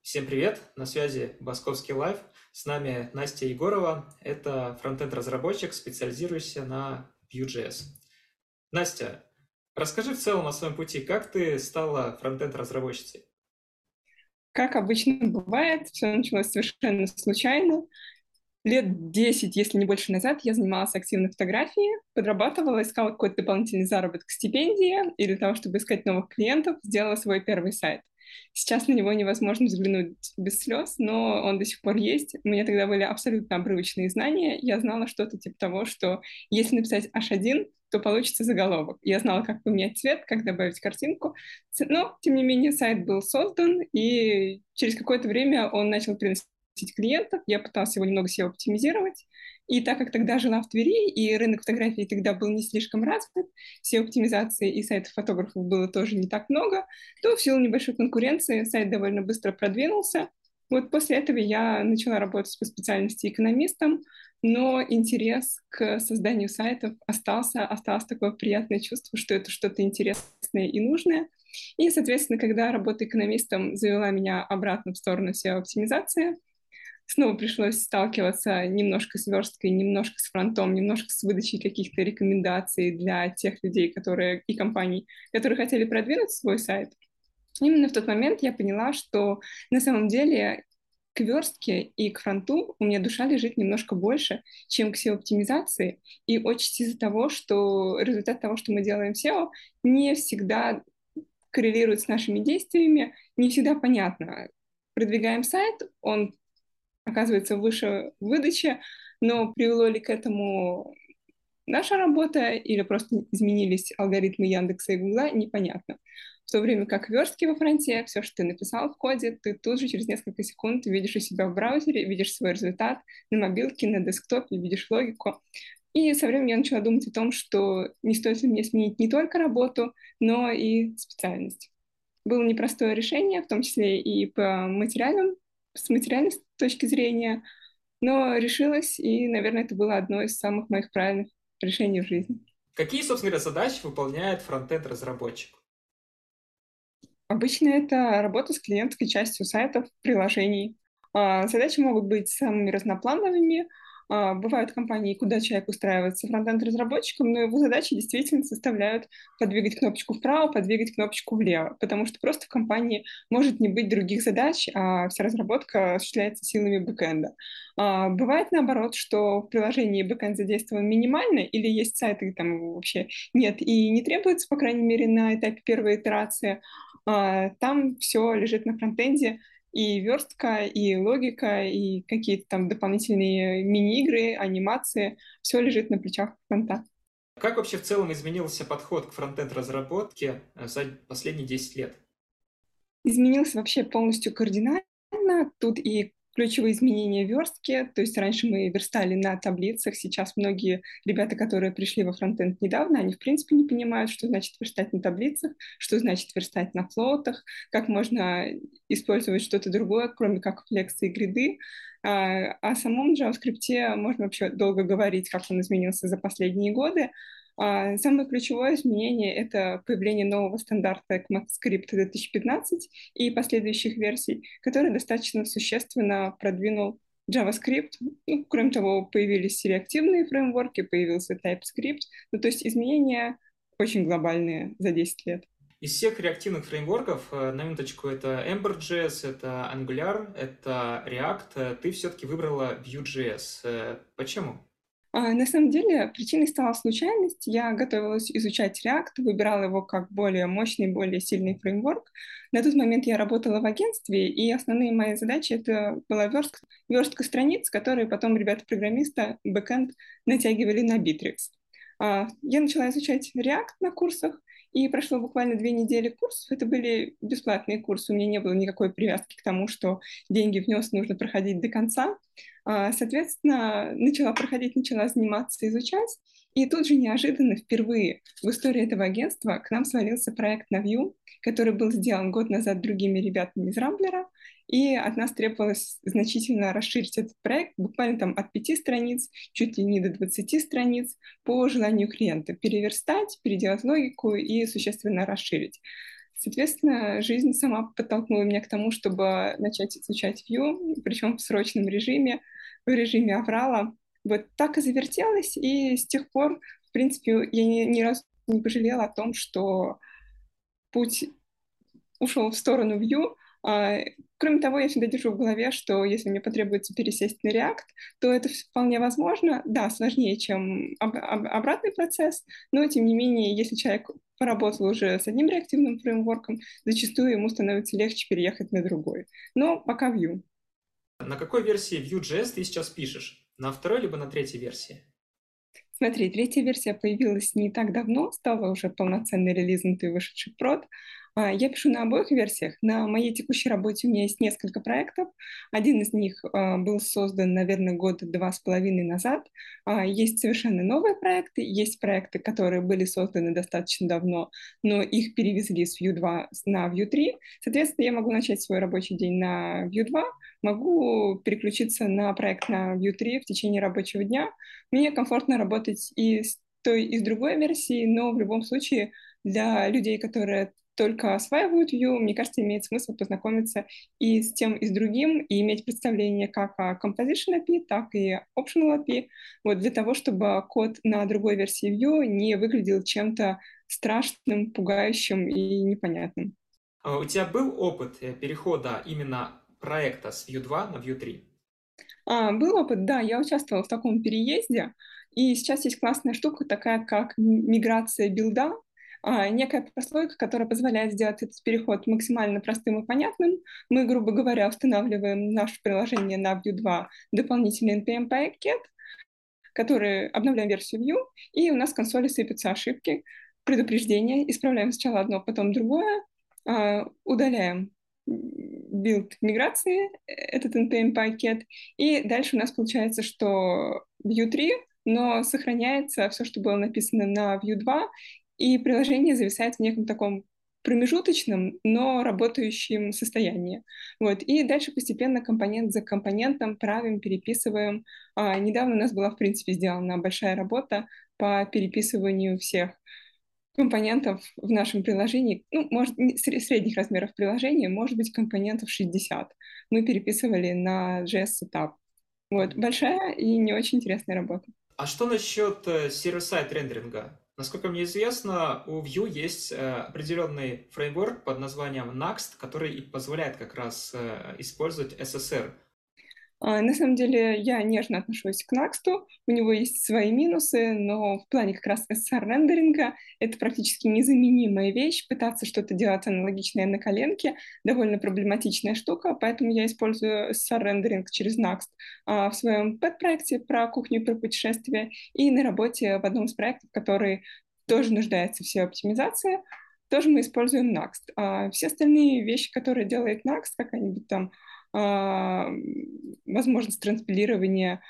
Всем привет! На связи Басковский Лайв. С нами Настя Егорова. Это фронтенд-разработчик, специализирующийся на Vue.js. Настя, расскажи в целом о своем пути. Как ты стала фронтенд-разработчицей? Как обычно бывает, все началось совершенно случайно. Лет 10, если не больше назад, я занималась активно фотографией, подрабатывала, искала какой-то дополнительный заработок, стипендии, и для того, чтобы искать новых клиентов, сделала свой первый сайт. Сейчас на него невозможно взглянуть без слез, но он до сих пор есть. У меня тогда были абсолютно обрывочные знания. Я знала что-то типа того, что если написать H1, то получится заголовок. Я знала, как поменять цвет, как добавить картинку. Но, тем не менее, сайт был создан, и через какое-то время он начал приносить клиентов. Я пыталась его немного SEO оптимизировать. И так как тогда жила в Твери, и рынок фотографий тогда был не слишком развит, SEO-оптимизации и сайтов фотографов было тоже не так много, то в силу небольшой конкуренции сайт довольно быстро продвинулся. Вот после этого я начала работать по специальности экономистом, но интерес к созданию сайтов осталось такое приятное чувство, что это что-то интересное и нужное. И, соответственно, когда работа экономистом завела меня обратно в сторону SEO-оптимизации, снова пришлось сталкиваться немножко с версткой, немножко с фронтом, немножко с выдачей каких-то рекомендаций для тех людей, которые и компаний, которые хотели продвинуть свой сайт. Именно в тот момент я поняла, что на самом деле к верстке и к фронту у меня душа лежит немножко больше, чем к SEO-оптимизации. И отчасти из-за того, что результат того, что мы делаем в SEO, не всегда коррелирует с нашими действиями, не всегда понятно. Продвигаем сайт, он оказывается выше выдачи, но привело ли к этому наша работа или просто изменились алгоритмы Яндекса и Гугла, непонятно. В то время как верстки во фронте, все, что ты написал в коде, ты тут же через несколько секунд видишь у себя в браузере, видишь свой результат на мобилке, на десктопе, видишь логику. И со временем я начала думать о том, что не стоит ли мне сменить не только работу, но и специальность. Было непростое решение, в том числе и с материальной точки зрения, но решилась, и, наверное, это было одно из самых моих правильных решений в жизни. Какие, собственно говоря, задачи выполняет фронтенд-разработчик? Обычно это работа с клиентской частью сайтов, приложений. Задачи могут быть самыми разноплановыми. Бывают компании, куда человек устраивается фронтенд-разработчиком, но его задачи действительно составляют подвигать кнопочку вправо, подвигать кнопочку влево, потому что просто в компании может не быть других задач, а вся разработка осуществляется силами бэкэнда. Бывает наоборот, что в приложении бэкэнд задействован минимально, или есть сайты, где там его вообще нет и не требуется, по крайней мере, на этапе первой итерации. Там все лежит на фронтенде, и верстка, и логика, и какие-то там дополнительные мини-игры, анимации, все лежит на плечах фронта. Как вообще в целом изменился подход к фронтенд-разработке за последние 10 лет? Изменился вообще полностью кардинально. Тут и ключевые изменения в верстке, то есть раньше мы верстали на таблицах, сейчас многие ребята, которые пришли во фронтенд недавно, они в принципе не понимают, что значит верстать на таблицах, что значит верстать на флотах, как можно использовать что-то другое, кроме как флексы и гриды. О самом JavaScript можно вообще долго говорить, как он изменился за последние годы. Самое ключевое изменение — это появление нового стандарта ECMAScript 2015 и последующих версий, который достаточно существенно продвинул JavaScript. Ну, кроме того, появились реактивные фреймворки, появился TypeScript. Ну, то есть изменения очень глобальные за 10 лет. Из всех реактивных фреймворков, на минуточку, это Ember.js, это Angular, это React, ты все-таки выбрала Vue.js. Почему? На самом деле причиной стала случайность. Я готовилась изучать React, выбирала его как более мощный, более сильный фреймворк. На тот момент я работала в агентстве, и основные мои задачи — это была верстка страниц, которые потом ребята-программисты, бэкэнд, натягивали на Bittrex. Я начала изучать React на курсах, и прошло буквально 2 недели курсов. Это были бесплатные курсы, у меня не было никакой привязки к тому, что деньги внес нужно проходить до конца. Соответственно, начала проходить, начала заниматься, изучать. И тут же неожиданно, впервые в истории этого агентства к нам свалился проект на Vue, который был сделан год назад другими ребятами из Рамблера. И от нас требовалось значительно расширить этот проект, буквально там от 5 страниц, чуть ли не до 20 страниц, по желанию клиента. Переверстать, переделать логику и существенно расширить. Соответственно, жизнь сама подтолкнула меня к тому, чтобы начать изучать Vue, причем в срочном режиме, в режиме аврала. Вот так и завертелось, и с тех пор, в принципе, я ни разу не пожалела о том, что путь ушел в сторону Vue. Кроме того, я всегда держу в голове, что если мне потребуется пересесть на React, то это вполне возможно. Да, сложнее, чем обратный процесс, но тем не менее, если человек поработал уже с одним реактивным фреймворком, зачастую ему становится легче переехать на другой. Но пока Vue. На какой версии Vue.js ты сейчас пишешь? На второй либо на третьей версии? Смотри, третья версия появилась не так давно, стала уже полноценной релизнутой и вышедшей в прод. Я пишу на обоих версиях. На моей текущей работе у меня есть несколько проектов. Один из них был создан, наверное, года 2,5 назад. Есть совершенно новые проекты, есть проекты, которые были созданы достаточно давно, но их перевезли с Vue 2 на Vue 3. Соответственно, я могу начать свой рабочий день на Vue 2, могу переключиться на проект на Vue 3 в течение рабочего дня. Мне комфортно работать и с той, и с другой версией, но в любом случае для людей, которые только осваивают Vue, мне кажется, имеет смысл познакомиться и с тем, и с другим, и иметь представление как о Composition API, так и Optional API, вот для того, чтобы код на другой версии Vue не выглядел чем-то страшным, пугающим и непонятным. У тебя был опыт перехода именно проекта с Vue 2 на Vue 3? Был опыт, да, я участвовала в таком переезде, и сейчас есть классная штука, такая как миграция билда, некая прослойка, которая позволяет сделать этот переход максимально простым и понятным. Мы, грубо говоря, устанавливаем наше приложение на Vue 2 дополнительный NPM-пакет, который обновляем версию Vue, и у нас в консоли сыпятся ошибки, предупреждения, исправляем сначала одно, потом другое, удаляем билд миграции, этот NPM-пакет, и дальше у нас получается, что Vue 3, но сохраняется все, что было написано на Vue 2, и приложение зависает в неком таком промежуточном, но работающем состоянии. Вот. И дальше постепенно компонент за компонентом правим, переписываем. Недавно у нас была, в принципе, сделана большая работа по переписыванию всех компонентов в нашем приложении, ну, может, средних размеров приложения, может быть, компонентов 60. Мы переписывали на JS Setup. Вот, большая и не очень интересная работа. А что насчет сервер-сайд рендеринга? Насколько мне известно, у Vue есть определенный фреймворк под названием Next, который и позволяет как раз использовать SSR. На самом деле я нежно отношусь к Next, у него есть свои минусы, но в плане как раз SSR-рендеринга это практически незаменимая вещь. Пытаться что-то делать аналогичное на коленке довольно проблематичная штука, поэтому я использую SSR-рендеринг через Next в своем пэт-проекте про кухню и про путешествия и на работе в одном из проектов, который тоже нуждается в SEO-оптимизации. Тоже мы используем Next. Все остальные вещи, которые делает Next, какая-нибудь там возможность транспилирования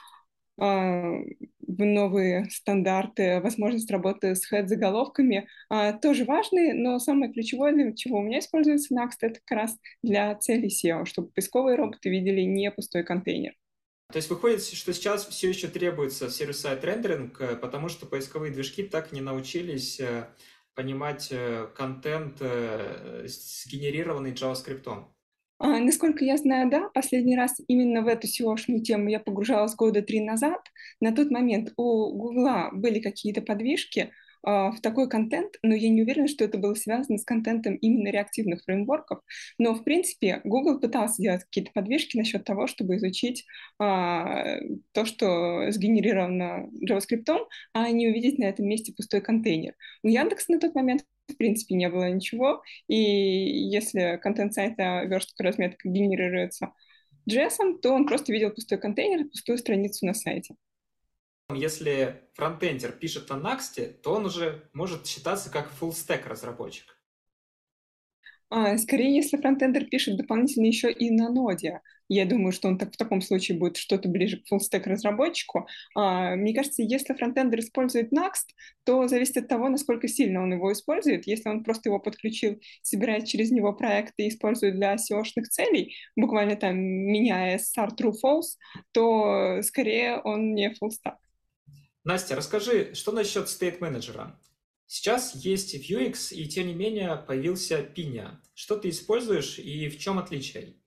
в новые стандарты, возможность работы с head-заголовками тоже важные, но самое ключевое, для чего у меня используется Next, это как раз для целей SEO, чтобы поисковые роботы видели не пустой контейнер. То есть выходит, что сейчас все еще требуется сервер-сайд рендеринг, потому что поисковые движки так не научились понимать контент, сгенерированный JavaScript. Насколько я знаю, да, последний раз именно в эту SEO-шную тему я погружалась года 3 назад. На тот момент у Гугла были какие-то подвижки в такой контент, но я не уверена, что это было связано с контентом именно реактивных фреймворков. Но, в принципе, Google пытался делать какие-то подвижки насчет того, чтобы изучить то, что сгенерировано JavaScript, а не увидеть на этом месте пустой контейнер. У Яндекса на тот момент в принципе не было ничего, и если контент сайта верстка разметка генерируется JS, то он просто видел пустой контейнер, пустую страницу на сайте. Если фронтендер пишет на Next, то он уже может считаться как full-stack разработчик. Скорее, если фронтендер пишет дополнительно еще и на ноде, я думаю, что он в таком случае будет что-то ближе к full-stack разработчику. Мне кажется, если фронтендер использует Next, то зависит от того, насколько сильно он его использует. Если он просто его подключил, собирает через него проекты и использует для SEO-шных целей, буквально там меняя SR true false, то скорее он не full-stack. Настя, расскажи, что насчет стейт-менеджера? Сейчас есть Vuex, и тем не менее появился Pinia. Что ты используешь и в чем отличие?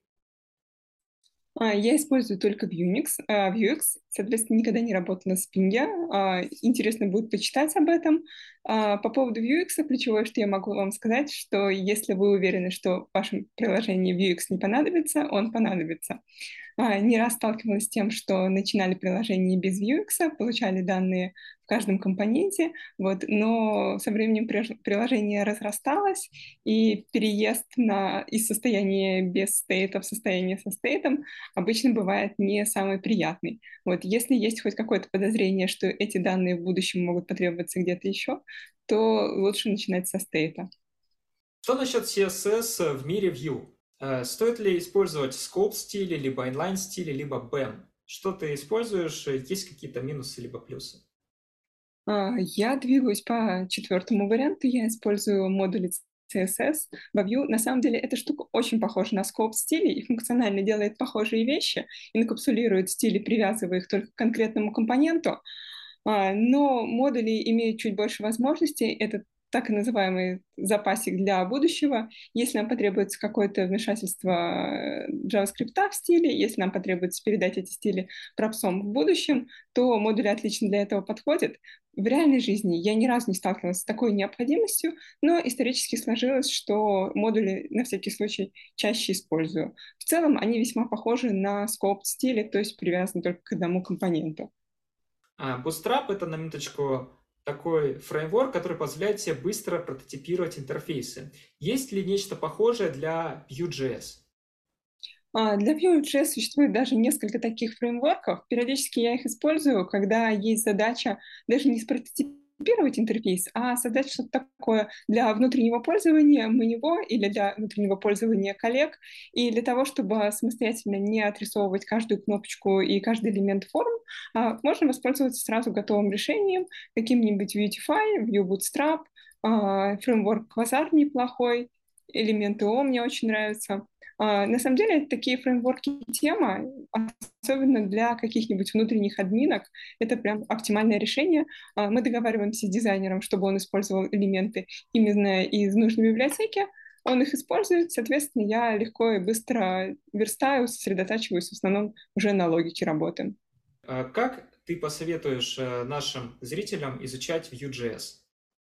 Я использую только Vuex, соответственно, никогда не работала с Pinja. Интересно будет почитать об этом. По поводу Vuex, ключевое, что я могу вам сказать, что если вы уверены, что в вашем приложении Vuex не понадобится, он понадобится. Не раз сталкивалась с тем, что начинали приложение без Vuex, получали данные в каждом компоненте, вот, но со временем приложение разрасталось, и переезд из состояния без стейта в состояние со стейтом обычно бывает не самый приятный. Вот, если есть хоть какое-то подозрение, что эти данные в будущем могут потребоваться где-то еще, то лучше начинать со стейта. Что насчет CSS в мире Vue? Стоит ли использовать scope стили, либо inline стили, либо BEM? Что ты используешь? Есть какие-то минусы, либо плюсы? Я двигаюсь по четвертому варианту. Я использую модули CSS во Vue. На самом деле эта штука очень похожа на скоп стили и функционально делает похожие вещи, инкапсулирует стили, привязывая их только к конкретному компоненту. Но модули имеют чуть больше возможностей. Это так называемый запасик для будущего. Если нам потребуется какое-то вмешательство JavaScript в стиле, если нам потребуется передать эти стили пропсом в будущем, то модули отлично для этого подходят. В реальной жизни я ни разу не сталкивалась с такой необходимостью, но исторически сложилось, что модули на всякий случай чаще использую. В целом они весьма похожи на scoped стили, то есть привязаны только к одному компоненту. Bootstrap — это, на минуточку, такой фреймворк, который позволяет тебе быстро прототипировать интерфейсы. Есть ли нечто похожее для Vue.js? Для Vue.js существует даже несколько таких фреймворков. Периодически я их использую, когда есть задача даже не спрототипировать интерфейс, а создать что-то такое для внутреннего пользования моего или для внутреннего пользования коллег, и для того, чтобы самостоятельно не отрисовывать каждую кнопочку и каждый элемент форм, можно воспользоваться сразу готовым решением, каким-нибудь Vuetify, Vue Bootstrap, фреймворк Quasar неплохой, элементы О мне очень нравятся. На самом деле, такие фреймворки тема, особенно для каких-нибудь внутренних админок, это прям оптимальное решение. Мы договариваемся с дизайнером, чтобы он использовал элементы именно из нужной библиотеки, он их использует, соответственно, я легко и быстро верстаю, сосредотачиваюсь в основном уже на логике работы. Как ты посоветуешь нашим зрителям изучать Vue.js?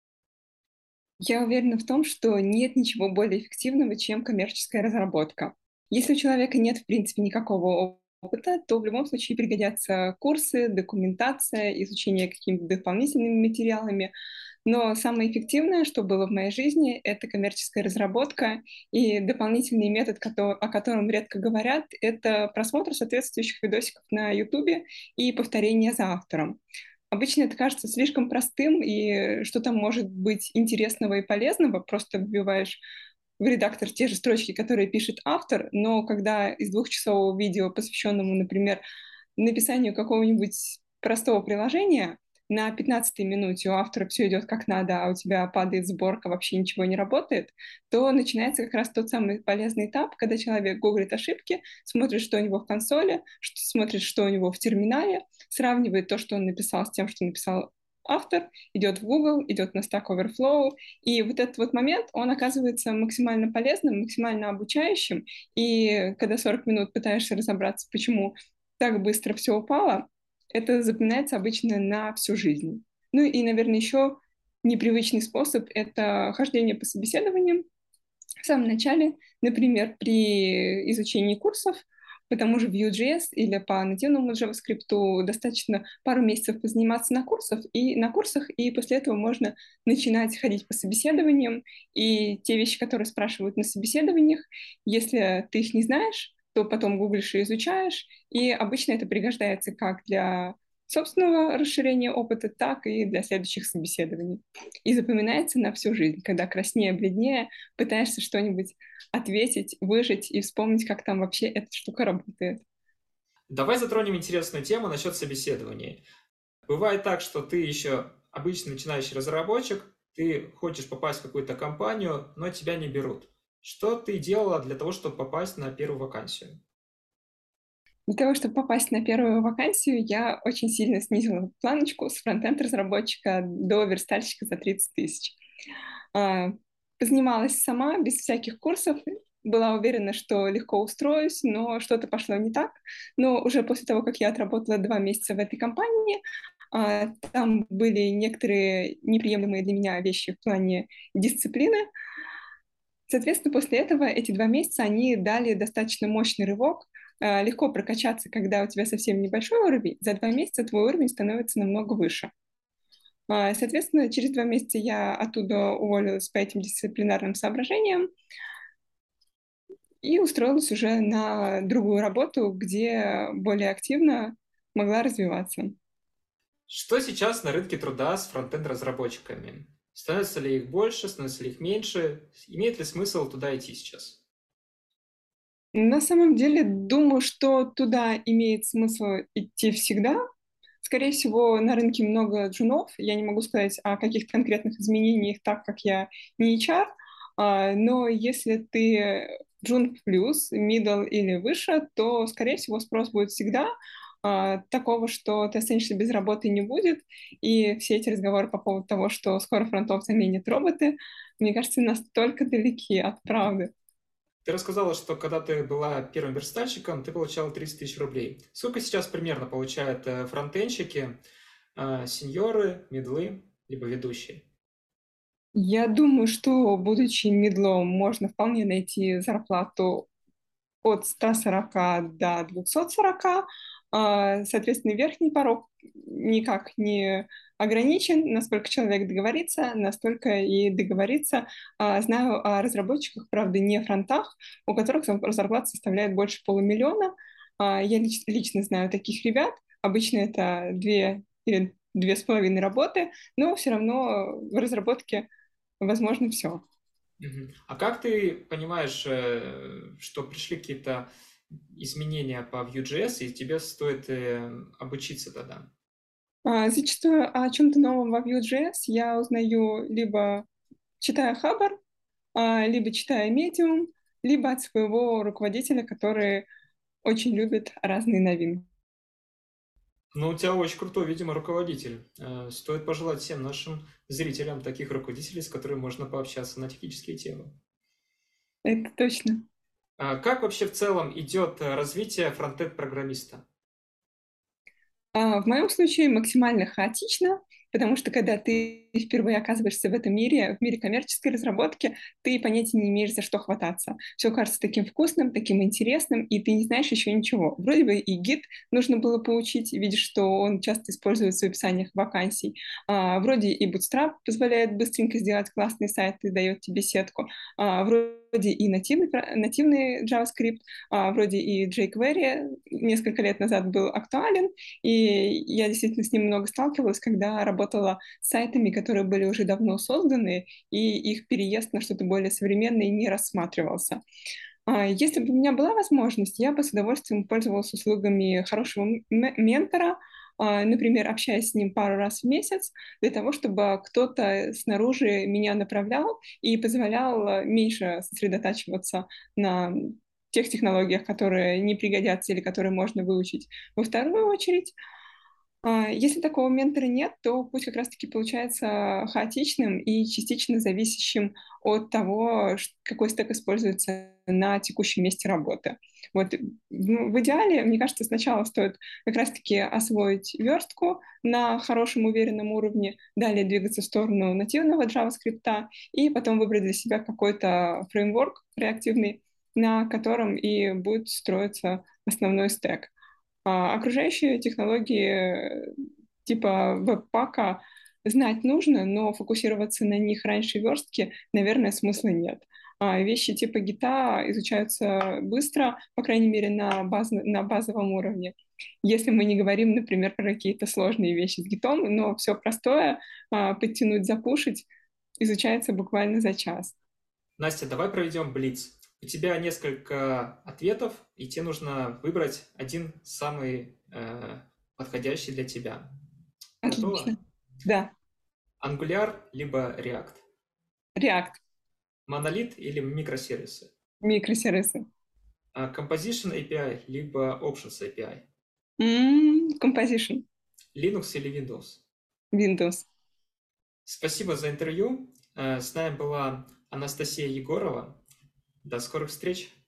Я уверена в том, что нет ничего более эффективного, чем коммерческая разработка. Если у человека нет, в принципе, никакого опыта, то в любом случае пригодятся курсы, документация, изучение какими-то дополнительными материалами. Но самое эффективное, что было в моей жизни, это коммерческая разработка. И дополнительный метод, о котором редко говорят, это просмотр соответствующих видосиков на YouTube и повторение за автором. Обычно это кажется слишком простым, и что там может быть интересного и полезного, просто вбиваешь в редактор те же строчки, которые пишет автор, но когда из двухчасового видео, посвященному, например, написанию какого-нибудь простого приложения, на 15-й минуте у автора все идет как надо, а у тебя падает сборка, вообще ничего не работает, то начинается как раз тот самый полезный этап, когда человек гуглит ошибки, смотрит, что у него в консоли, смотрит, что у него в терминале, сравнивает то, что он написал, с тем, что написал автор, идет в Google, идет на Stack Overflow, и вот этот вот момент, он оказывается максимально полезным, максимально обучающим, и когда 40 минут пытаешься разобраться, почему так быстро все упало, это запоминается обычно на всю жизнь. Ну и, наверное, еще непривычный способ — это хождение по собеседованиям в самом начале, например, при изучении курсов по тому же Vue.js или по нативному JavaScript достаточно пару месяцев позаниматься на курсах, и после этого можно начинать ходить по собеседованиям, и те вещи, которые спрашивают на собеседованиях, если ты их не знаешь, то потом гуглишь и изучаешь, и обычно это пригождается как для собственного расширения опыта, так и для следующих собеседований. И запоминается на всю жизнь, когда краснее, бледнее, пытаешься что-нибудь ответить, выжить и вспомнить, как там вообще эта штука работает. Давай затронем интересную тему насчет собеседований. Бывает так, что ты еще обычный начинающий разработчик, ты хочешь попасть в какую-то компанию, но тебя не берут. Что ты делала для того, чтобы попасть на первую вакансию? Для того, чтобы попасть на первую вакансию, я очень сильно снизила планочку с фронтенд-разработчика до верстальщика за 30 тысяч. А, Позанималась сама, без всяких курсов, была уверена, что легко устроюсь, но что-то пошло не так. Но уже после того, как я отработала 2 месяца в этой компании, там были некоторые неприемлемые для меня вещи в плане дисциплины. Соответственно, после этого эти 2 месяца, они дали достаточно мощный рывок. Легко прокачаться, когда у тебя совсем небольшой уровень. За 2 месяца твой уровень становится намного выше. Соответственно, через 2 месяца я оттуда уволилась по этим дисциплинарным соображениям и устроилась уже на другую работу, где более активно могла развиваться. Что сейчас на рынке труда с фронтенд-разработчиками? Становится ли их больше, становится ли их меньше? Имеет ли смысл туда идти сейчас? На самом деле, думаю, что туда имеет смысл идти всегда. Скорее всего, на рынке много джунов. Я не могу сказать о каких-то конкретных изменениях, так как я не HR. Но если ты джун плюс, middle или выше, то, скорее всего, спрос будет всегда. Такого, что ты останешься без работы, не будет. И все эти разговоры по поводу того, что скоро фронтов заменят роботы, мне кажется, настолько далеки от правды. Ты рассказала, что когда ты была первым верстальщиком, ты получала 30 тысяч рублей. Сколько сейчас примерно получают фронтенщики, сеньоры, медлы, либо ведущие? Я думаю, что, будучи медлом, можно вполне найти зарплату от 140 до 240. Соответственно, верхний порог никак не ограничен. Насколько человек договорится, настолько и договорится. Знаю о разработчиках, правда, не фронтах, у которых зарплата составляет больше полумиллиона. Я лично знаю таких ребят. Обычно это 2 или 2,5 работы, но все равно в разработке возможно все. Мгм. А как ты понимаешь, что пришли какие-то изменения по Vue.js, и тебе стоит обучиться тогда? Зачастую о чем-то новом во Vue.js я узнаю либо читая Хабр, либо читая Medium, либо от своего руководителя, который очень любит разные новинки. Ну, у тебя очень крутой, видимо, руководитель. Стоит пожелать всем нашим зрителям таких руководителей, с которыми можно пообщаться на технические темы. Это точно. Как вообще в целом идет развитие фронтенд-программиста? В моем случае максимально хаотично, потому что когда ты впервые оказываешься в этом мире, в мире коммерческой разработки, ты понятия не имеешь, за что хвататься. Все кажется таким вкусным, таким интересным, и ты не знаешь еще ничего. Вроде бы и гид нужно было поучить, видишь, что он часто используется в описаниях вакансий. Вроде и Bootstrap позволяет быстренько сделать классный сайт и дает тебе сетку. Вроде и нативный JavaScript, вроде и jQuery несколько лет назад был актуален, и я действительно с ним много сталкивалась, когда работала с сайтами, которые были уже давно созданы, и их переезд на что-то более современное не рассматривался. Если бы у меня была возможность, я бы с удовольствием пользовалась услугами хорошего ментора, например, общаясь с ним пару раз в месяц, для того, чтобы кто-то снаружи меня направлял и позволял меньше сосредотачиваться на тех технологиях, которые не пригодятся или которые можно выучить. Во вторую очередь, если такого ментора нет, то путь как раз-таки получается хаотичным и частично зависящим от того, какой стек используется на текущем месте работы. Вот в идеале, мне кажется, сначала стоит как раз-таки освоить верстку на хорошем уверенном уровне, далее двигаться в сторону нативного JavaScript и потом выбрать для себя какой-то фреймворк реактивный, на котором и будет строиться основной стек. Окружающие технологии типа веб-пака знать нужно, но фокусироваться на них раньше верстки, наверное, смысла нет. Вещи типа гита изучаются быстро, по крайней мере, на базовом уровне. Если мы не говорим, например, про какие-то сложные вещи с гитом, но все простое, подтянуть, запушить, изучается буквально за час. Настя, давай проведем блиц. У тебя несколько ответов, и тебе нужно выбрать один самый подходящий для тебя. Отлично. Готово? Да, Angular либо React? React, Монолит или микросервисы? микросервисы. Composition API, либо Options API? Composition. Linux или Windows? Windows. Спасибо за интервью. С нами была Анастасия Егорова. До скорых встреч!